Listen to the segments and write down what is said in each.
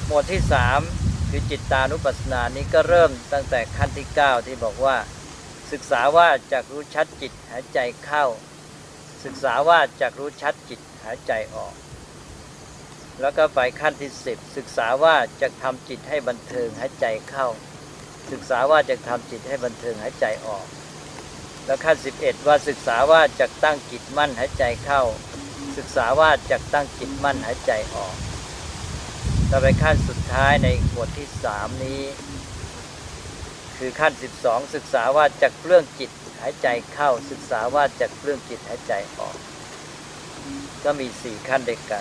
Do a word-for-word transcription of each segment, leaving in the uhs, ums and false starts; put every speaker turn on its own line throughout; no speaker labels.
หมวดที่สามคือจิตตานุปัสสนานี้ก็เริ่มตั้งแต่ขั้นที่เก้าที่บอกว่าศึกษาว่าจักรู้ชัดจิตหายใจเข้าศึกษาว่าจักรู้ชัดจิตหายใจออกแล้วก็ไปขั้นที่สิบศึกษาว่าจักทำจิตให้บันเทิงหายใจเข้าศึกษาว่าจักทำจิตให้บันเทิงหายใจออกแล้วขั้นสิบเอ็ดว่าศึกษาว่าจักตั้งจิตมั่นหายใจเข้าศึกษาว่าจักตั้งจิตมั่นหายใจออกต่อไปขั้นสุดท้ายในหมวดที่สามนี้คือขั้นสิบสองศึกษาว่าจักเปลื้องจิตหายใจเข้าศึกษาว่าจักเปลื้องจิตหายใจออกก็มีสี่ขั้นด้วยกัน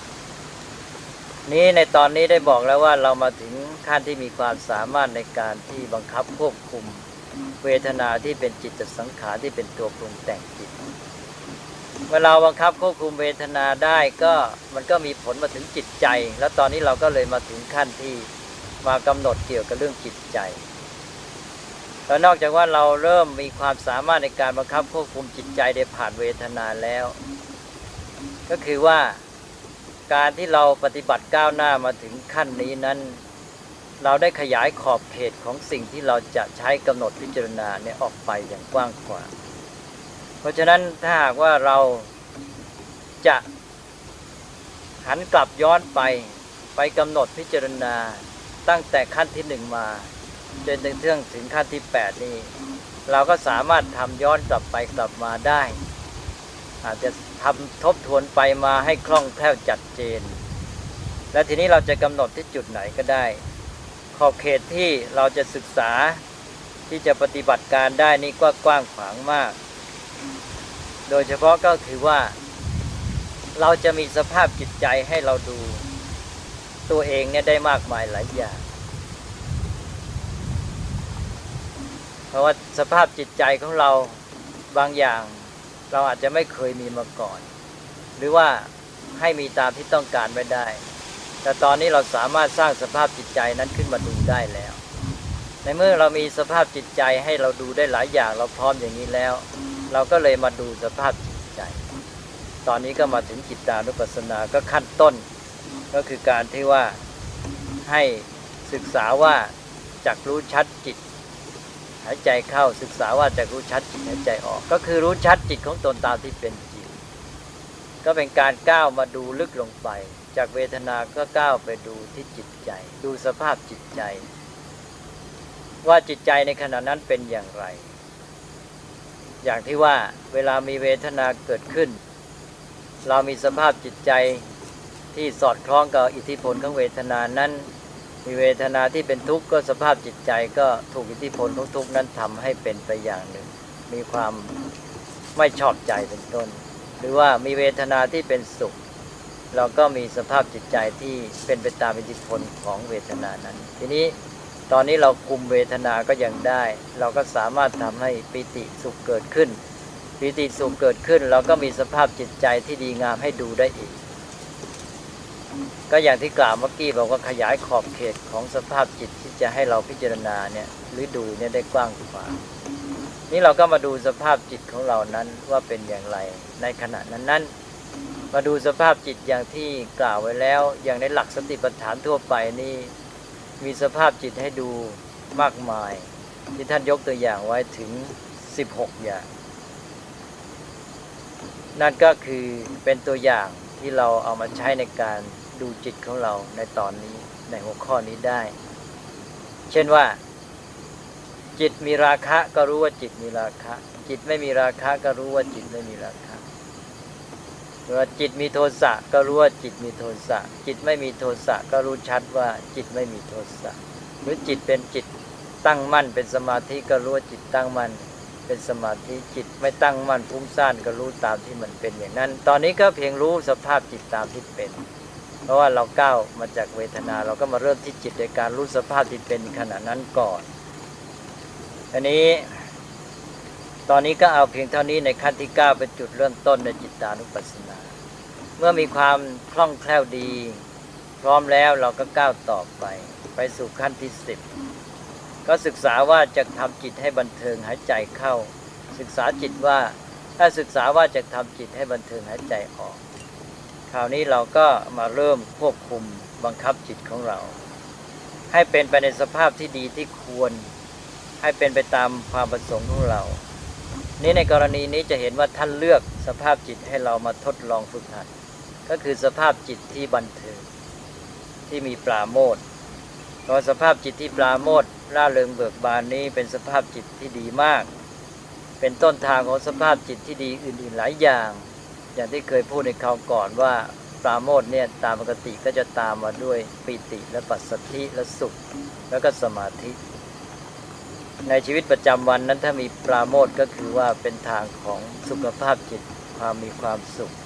นี้ในตอนนี้ได้บอกแล้วว่าเรามาถึงขั้นที่มีความสามารถในการที่บังคับควบคุมเวทนาที่เป็นจิตสังขารที่เป็นตัวปรุงแต่งจิตเมื่อเราบังคับควบคุมเวทนาได้ก็มันก็มีผลมาถึงจิตใจแล้วตอนนี้เราก็เลยมาถึงขั้นที่มากำหนดเกี่ยวกับเรื่องจิตใจแล้วนอกจากว่าเราเริ่มมีความสามารถในการบังคับควบคุมจิตใจได้ผ่านเวทนาแล้วก็คือว่าการที่เราปฏิบัติก้าวหน้ามาถึงขั้นนี้นั้นเราได้ขยายขอบเขตของสิ่งที่เราจะใช้กำหนดพิจารณาเนี่ยออกไปอย่างกว้างขวางเพราะฉะนั้นถ้าหากว่าเราจะหันกลับย้อนไปไปกำหนดพิจารณาตั้งแต่ขั้นที่หนึ่งมาจนถึงถึงขั้นที่แปดนี้เราก็สามารถทำย้อนกลับไปกลับมาได้อาจจะทำทบทวนไปมาให้คล่องแคล่วจัดเจนและทีนี้เราจะกำหนดที่จุดไหนก็ได้ขอบเขตที่เราจะศึกษาที่จะปฏิบัติการได้นี่ก็กว้างขวางมากโดยเฉพาะก็คือว่าเราจะมีสภาพจิตใจให้เราดูตัวเองเนี่ยได้มากมายหลายอย่างเพราะว่าสภาพจิตใจของเราบางอย่างเราอาจจะไม่เคยมีมาก่อนหรือว่าให้มีตามที่ต้องการไม่ได้แต่ตอนนี้เราสามารถสร้างสภาพจิตใจนั้นขึ้นมาดูได้แล้วในเมื่อเรามีสภาพจิตใจให้เราดูได้หลายอย่างเราพร้อมอย่างนี้แล้วเราก็เลยมาดูสภาพจิตใจตอนนี้ก็มาถึงจิตตานุปัสสนาก็ขั้นต้นก็คือการที่ว่าให้ศึกษาว่าจักรู้ชัดจิตหายใจเข้าศึกษาว่าจักรู้ชัดจิตหายใจออกก็คือรู้ชัดจิตของตนตามที่เป็นจริงก็เป็นการก้าวมาดูลึกลงไปจากเวทนาก็ก้าวไปดูที่จิตใจดูสภาพจิตใจว่าจิตใจในขณะนั้นเป็นอย่างไรอย่างที่ว่าเวลามีเวทนาเกิดขึ้นเรามีสภาพจิตใจที่สอดคล้องกับอิทธิพลของเวทนานั้นมีเวทนาที่เป็นทุกข์ก็สภาพจิตใจก็ถูกอิทธิพลของทุกข์นั้นทำให้เป็นไปอย่างหนึ่งมีความไม่ชอบใจเป็นต้นหรือว่ามีเวทนาที่เป็นสุขเราก็มีสภาพจิตใจที่เป็นไปตามอิทธิพลของเวทนานั้นทีนี้ตอนนี้เราคุมเวทนาก็ยังได้เราก็สามารถทำให้ปิติสุขเกิดขึ้นปิติสุขเกิดขึ้นเราก็มีสภาพจิตใจที่ดีงามให้ดูได้อีกก็อย่างที่กล่าวเมื่อกี้บอกว่าขยายขอบเขตของสภาพจิตที่จะให้เราพิจารณาเนี่ยหรือดูเนี่ยได้กว้างกว่านี่เราก็มาดูสภาพจิตของเรานั้นว่าเป็นอย่างไรในขณะนั้นนั้นมาดูสภาพจิตอย่างที่กล่าวไว้แล้วอย่างในหลักสติปัฏฐานทั่วไปนี่มีสภาพจิตให้ดูมากมายที่ท่านยกตัวอย่างไว้ถึงสิบหกอย่างนั่นก็คือเป็นตัวอย่างที่เราเอามาใช้ในการดูจิตของเราในตอนนี้ในหัวข้อนี้ได้เช่นว่าจิตมีราคะก็รู้ว่าจิตมีราคะจิตไม่มีราคะก็รู้ว่าจิตไม่มีราคะหรือว่าจิตมีโทสะก็รู้ว่าจิตมีโทสะจิตไม่มีโทสะก็รู้ชัดว่าจิตไม่มีโทสะหรือจิตเป็นจิตตั้งมั่นเป็นสมาธิก็รู้ว่าจิตตั้งมั่นเป็นสมาธิจิตไม่ตั้งมั่นฟุ้งซ่านก็รู้ตามที่มันเป็นอย่างนั้นตอนนี้ก็เพียงรู้สภาพจิตตามที่เป็นเพราะว่าเราก้าวมาจากเวทนาเราก็มาเริ่มที่จิตในการรู้สภาพที่เป็นขณะนั้นก่อนอันนี้ตอนนี้ก็เอาเพียงเท่านี้ในขั้นที่เก้าเป็นจุดเริ่มต้นในจิตตานุปัสสนาเมื่อมีความคล่องแคล่วดีพร้อมแล้วเราก็ก้าวต่อไปไปสู่ขั้นที่สิบก็ศึกษาว่าจะทำจิตให้บันเทิงหายใจเข้าศึกษาจิตว่าถ้าศึกษาว่าจะทำจิตให้บันเทิงหายใจออกคราวนี้เราก็มาเริ่มควบคุมบังคับจิตของเราให้เป็นไปในสภาพที่ดีที่ควรให้เป็นไปตามความประสงค์ของเรานี้ในกรณีนี้จะเห็นว่าท่านเลือกสภาพจิตให้เรามาทดลองฝึกหัดก็คือสภาพจิตที่บันเทิงที่มีปราโมทย์เพราะสภาพจิตที่ปราโมทย์ร่าเริงเบิกบานนี้เป็นสภาพจิตที่ดีมากเป็นต้นทางของสภาพจิตที่ดีอื่นๆหลายอย่างอย่างที่เคยพูดในคราวก่อนว่าปราโมทย์เนี่ยตามปกติก็จะตามมาด้วยปิติและปัสสัทธิและสุขแล้วก็สมาธิในชีวิตประจำวันนั้นถ้ามีปราโมทย์ก็คือว่าเป็นทางของสุขภาพจิตความมีความสุข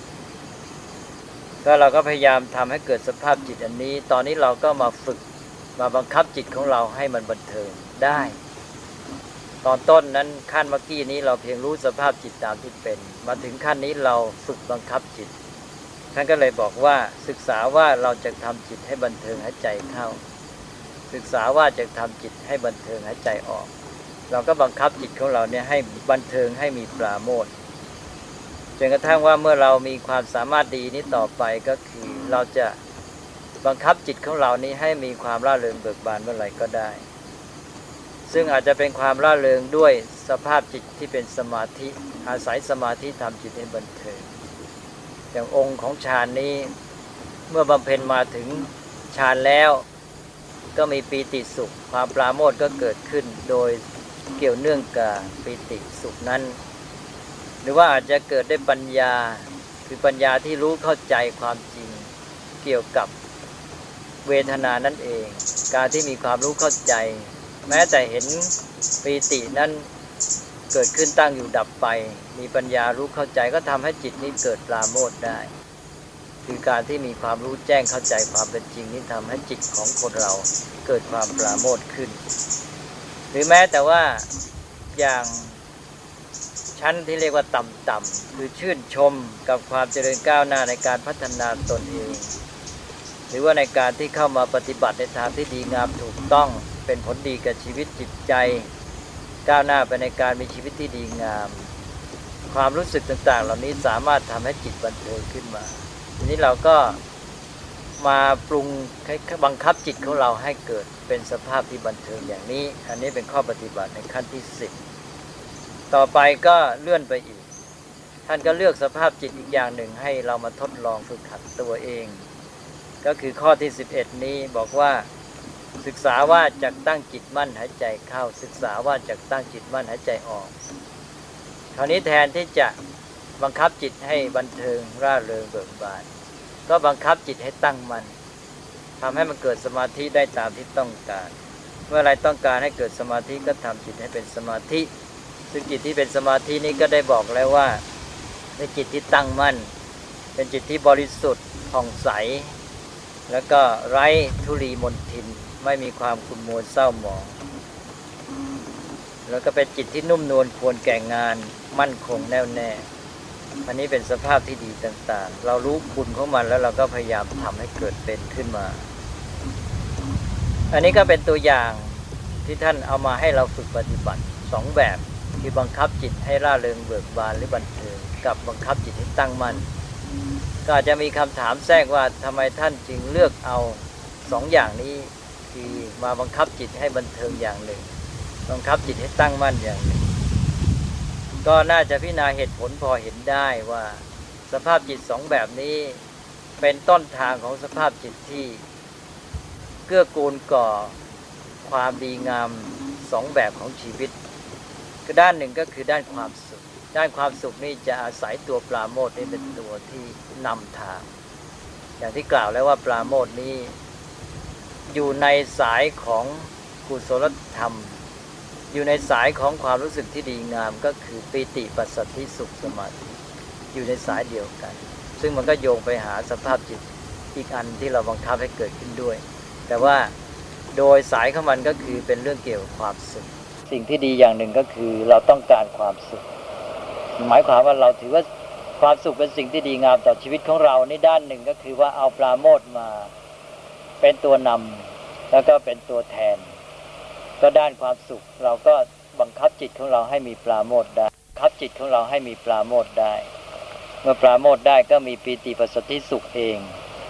ก็เราก็พยายามทำให้เกิดสภาพจิตอันนี้ตอนนี้เราก็มาฝึกมาบังคับจิตของเราให้มันบันเทิงได้ตอนต้นนั้นขั้นเมื่อกี้นี้เราเพียงรู้สภาพจิตตามที่เป็นมาถึงขั้นนี้เราฝึกบังคับจิตท่านก็เลยบอกว่าศึกษาว่าเราจะทำจิตให้บันเทิงหายใจเข้าศึกษาว่าจะทำจิตให้บันเทิงหายใจออกเราก็บังคับจิตของเราเนี่ยให้บันเทิงให้มีปราโมทย์จนกระทั่งว่าเมื่อเรามีความสามารถดีนี้ต่อไปก็คือเราจะบังคับจิตของเรานี้ให้มีความร่าเริงเบิกบานเมื่อไหร่ก็ได้ซึ่งอาจจะเป็นความร่าเริงด้วยสภาพจิตที่เป็นสมาธิอาศัยสมาธิทำจิตให้บันเทิงอย่างองค์ของฌานนี้เมื่อบำเพ็ญมาถึงฌานแล้วก็มีปีติสุขความปราโมทย์ก็เกิดขึ้นโดยเกี่ยวเนื่องกับปีติสุขนั้นหรือว่าอาจจะเกิดได้ปัญญาคือปัญญาที่รู้เข้าใจความจริงเกี่ยวกับเวทนานั่นเองการที่มีความรู้เข้าใจแม้แต่เห็นปีตินั้นเกิดขึ้นตั้งอยู่ดับไปมีปัญญารู้เข้าใจก็ทำให้จิตนี้เกิดปราโมทย์ได้คือการที่มีความรู้แจ้งเข้าใจความเป็นจริงนี้ทำให้จิตของคนเราเกิดความปราโมทย์ขึ้นหรือแม้แต่ว่าอย่างชั้นที่เรียกว่าต่ำๆคือชื่นชมกับความเจริญก้าวหน้าในการพัฒนาตนเองหรือว่าในการที่เข้ามาปฏิบัติในทางที่ดีงามถูกต้องเป็นผลดีกับชีวิตจิตใจก้าวหน้าไปในการมีชีวิตที่ดีงามความรู้สึกต่างๆเหล่านี้สามารถทำให้จิตบันเทิงขึ้นมาทีนี้เราก็มาปรุงบังคับจิตของเราให้เกิดเป็นสภาพที่บันเทิงอย่างนี้อันนี้เป็นข้อปฏิบัติในขั้นที่สิบต่อไปก็เลื่อนไปอีกท่านก็เลือกสภาพจิตอีกอย่างหนึ่งให้เรามาทดลองฝึกหัดตัวเองก็คือข้อที่สิบเอ็ดนี้บอกว่าศึกษาว่าจักตั้งจิตมั่นหายใจเข้าศึกษาว่าจักตั้งจิตมั่นหายใจออกคราวนี้แทนที่จะบังคับจิตให้บันเทิงร่าเริงเบิกบานก็บังคับจิตให้ตั้งมั่นทำให้มันเกิดสมาธิได้ตามที่ต้องการเมื่อไรต้องการให้เกิดสมาธิก็ทำจิตให้เป็นสมาธิซึ่งจิตที่เป็นสมาธินี้ก็ได้บอกแล้วว่าเป็นจิตที่ตั้งมั่นเป็นจิตที่บริสุทธิ์ผ่องใสแล้วก็ไร้ทุลีมนทินไม่มีความขุ่นมัวเศร้าหมองแล้วก็เป็นจิตที่นุ่มนวลควรแก่งานมั่นคงแน่วแน่อันนี้เป็นสภาพที่ดีต่างๆเรารู้คุณของมันแล้วเราก็พยายามทำให้เกิดเป็นขึ้นมาอันนี้ก็เป็นตัวอย่างที่ท่านเอามาให้เราฝึกปฏิบัติสองแบบคือบังคับจิตให้ร่าเริงเบิกบานหรือบันเทิงกับบังคับจิตให้ตั้งมั่นก็อาจจะมีคำถามแทรกว่าทำไมท่านจึงเลือกเอาสองอย่างนี้คือมาบังคับจิตให้บันเทิงอย่างหนึ่งบังคับจิตให้ตั้งมั่นอย่างหนึ่งก็น่าจะพิจารณาเหตุผลพอเห็นได้ว่าสภาพจิตสองแบบนี้เป็นต้นทางของสภาพจิตที่เกื้อกูลก่อความดีงามสองแบบของชีวิตก็ด้านหนึ่งก็คือด้านความสุขด้านความสุขนี่จะอาศัยตัวปราโมทย์นี่เป็นตัวที่นำทางอย่างที่กล่าวแล้วว่าปราโมทย์นี้อยู่ในสายของกุศลธรรมอยู่ในสายของความรู้สึกที่ดีงามก็คือปีติปัสสัทธิสุขสมาธิอยู่ในสายเดียวกันซึ่งมันก็โยงไปหาสภาพจิตอีกอันที่เราบังคับให้เกิดขึ้นด้วยแต่ว่าโดยสายของมันก็คือเป็นเรื่องเกี่ยวกับความสุขสิ่งที่ดีอย่างหนึ่งก็คือเราต้องการความสุขหมายความว่าเราถือว่าความสุขเป็นสิ่งที่ดีงามต่อชีวิตของเราในด้านหนึ่งก็คือว่าเอาปราโมทย์มาเป็นตัวนำแล้วก็เป็นตัวแทนก็ด้านความสุขเราก็บังคับจิตของเราให้มีปราโมทย์ได้บังคับจิตของเราให้มีปราโมทย์ได้เมื่อปราโมทย์ได้ก็มีปีติปัสสัทธิสุขเอง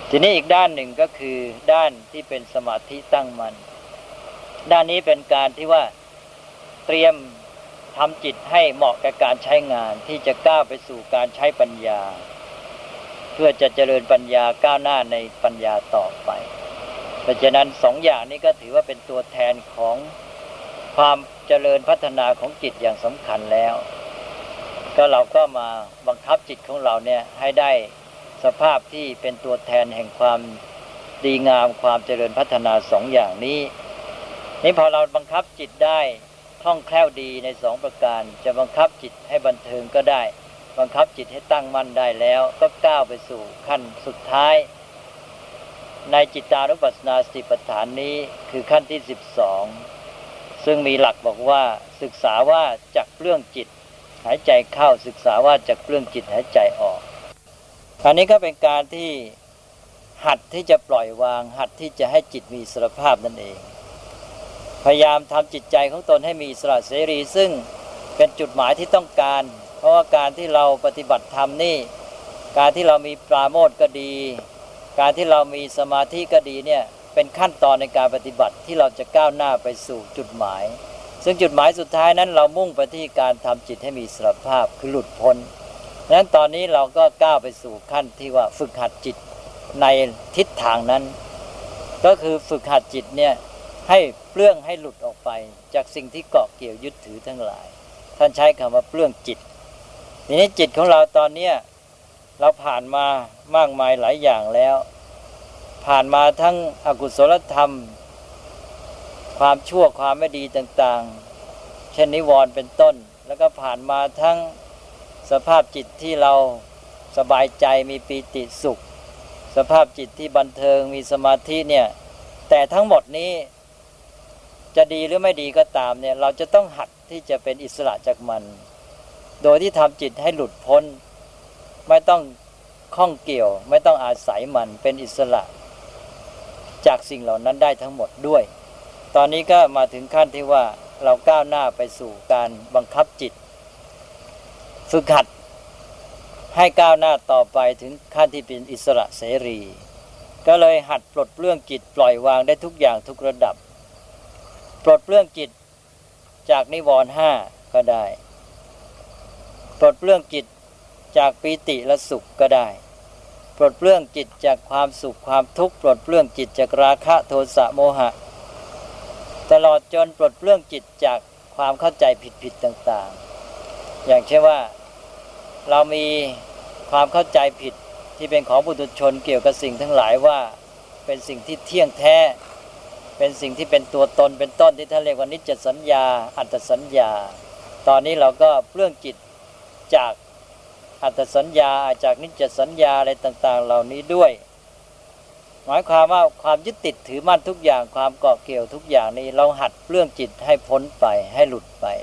ทีนี้อีกด้านหนึ่งก็คือด้านที่เป็นสมาธิตั้งมั่นด้านนี้เป็นการที่ว่าเตรียมทำจิตให้เหมาะกับการใช้งานที่จะก้าวไปสู่การใช้ปัญญาเพื่อจะเจริญปัญญาก้าวหน้าในปัญญาต่อไปเพราะฉะนั้นสองอย่างนี้ก็ถือว่าเป็นตัวแทนของความเจริญพัฒนาของจิตอย่างสำคัญแล้วก็เราก็มาบังคับจิตของเราเนี่ยให้ได้สภาพที่เป็นตัวแทนแห่งความดีงามความเจริญพัฒนาสองอย่างนี้นี่พอเราบังคับจิตได้คล่องแคล่วดีในสองประการจะบังคับจิตให้บันเทิงก็ได้บังคับจิตให้ตั้งมั่นได้แล้วก็ก้าวไปสู่ขั้นสุดท้ายในจิตานุปัสสนาสติปัฏฐานนี้คือขั้นที่สิบสองซึ่งมีหลักบอกว่าศึกษาว่าจักเปลื้องจิตหายใจเข้าศึกษาว่าจักเปลื้องจิตหายใจออกอันนี้ก็เป็นการที่หัดที่จะปล่อยวางหัดที่จะให้จิตมีอิสรภาพนั่นเองพยายามทำจิตใจของตนให้มีอิสระเสรีซึ่งเป็นจุดหมายที่ต้องการเพราะว่าการที่เราปฏิบัติธรรมนี่การที่เรามีปราโมทย์ก็ดีการที่เรามีสมาธิก็ดีเนี่ยเป็นขั้นตอนในการปฏิบัติที่เราจะก้าวหน้าไปสู่จุดหมายซึ่งจุดหมายสุดท้ายนั้นเรามุ่งไปที่การทำจิตให้มีอิสรภาพคือหลุดพ้นดังนั้นตอนนี้เราก็ก้าวไปสู่ขั้นที่ว่าฝึกหัดจิตในทิศทางนั้นก็คือฝึกหัดจิตเนี่ยให้เปลื้องให้หลุดออกไปจากสิ่งที่เกาะเกี่ยวยึดถือทั้งหลายท่านใช้คำว่าเปลื้องจิตทีนี้จิตของเราตอนนี้เราผ่านมามากมายหลายอย่างแล้วผ่านมาทั้งอกุศลธรรมความชั่วความไม่ดีต่างๆเช่นนิวรณ์เป็นต้นแล้วก็ผ่านมาทั้งสภาพจิตที่เราสบายใจมีปีติสุขสภาพจิตที่บันเทิงมีสมาธิเนี่ยแต่ทั้งหมดนี้จะดีหรือไม่ดีก็ตามเนี่ยเราจะต้องหัดที่จะเป็นอิสระจากมันโดยที่ทำจิตให้หลุดพ้นไม่ต้องข้องเกี่ยวไม่ต้องอาศัยมันเป็นอิสระจากสิ่งเหล่านั้นได้ทั้งหมดด้วยตอนนี้ก็มาถึงขั้นที่ว่าเราก้าวหน้าไปสู่การบังคับจิตฝึกหัดให้ก้าวหน้าต่อไปถึงขั้นที่เป็นอิสระเสรีก็เลยหัดปลดเปลื้องจิตปล่อยวางได้ทุกอย่างทุกระดับปลดเปลื้องจิตจากนิวรณ์ห้าก็ได้ปลดเปลื้องจิตจากปีติและสุขก็ได้ปลดเปลื้องจิตจากความสุขความทุกข์ปลดเปลื้องจิตจากราคะโทสะโมหะตลอดจนปลดเปลื้องจิตจากความเข้าใจผิดๆต่างๆอย่างเช่นว่าเรามีความเข้าใจผิดที่เป็นของปุถุชนเกี่ยวกับสิ่งทั้งหลายว่าเป็นสิ่งที่เที่ยงแท้เป็นสิ่งที่เป็นตัวตนเป็นต้นที่ท่านเรียกว่านิจจสัญญาอัตตสัญญาตอนนี้เราก็เปลื้องจิตจากอัตตสัญญาจากนิจจสัญญาอะไรต่างๆเหล่านี้ด้วยหมายความว่าความยึดติดถือมั่นทุกอย่างความเกาะเกี่ยวทุกอย่างนี้เราหัดเปลื้องจิตให้พ้นไปให้หลุดไป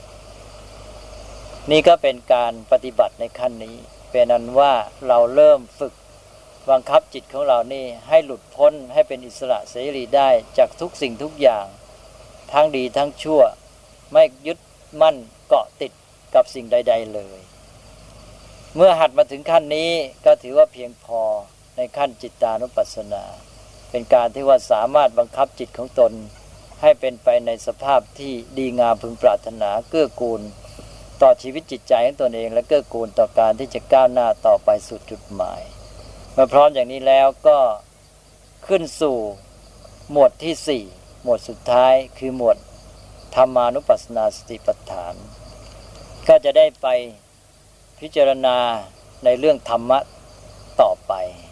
นี่ก็เป็นการปฏิบัติในขั้นนี้เป็นนั้นว่าเราเริ่มฝึกบังคับจิตของเรานี่ให้หลุดพ้นให้เป็นอิสระเสรีได้จากทุกสิ่งทุกอย่างทั้งดีทั้งชั่วไม่ยึดมั่นเกาะติดกับสิ่งใดๆเลยเมื่อหัดมาถึงขั้นนี้ก็ถือว่าเพียงพอในขั้นจิตานุปัสสนาเป็นการที่ว่าสามารถบังคับจิตของตนให้เป็นไปในสภาพที่ดีงามพึงปรารถนาเกื้อกูลต่อชีวิตจิตใจของตนเองและเกื้อกูลต่อการที่จะก้าวหน้าต่อไปสู่จุดหมายเมื่อพร้อมอย่างนี้แล้วก็ขึ้นสู่หมวดที่สี่หมวดสุดท้ายคือหมวดธรรมานุปัสสนาสติปัฏฐานก็จะได้ไปพิจารณาในเรื่องธรรมะต่อไป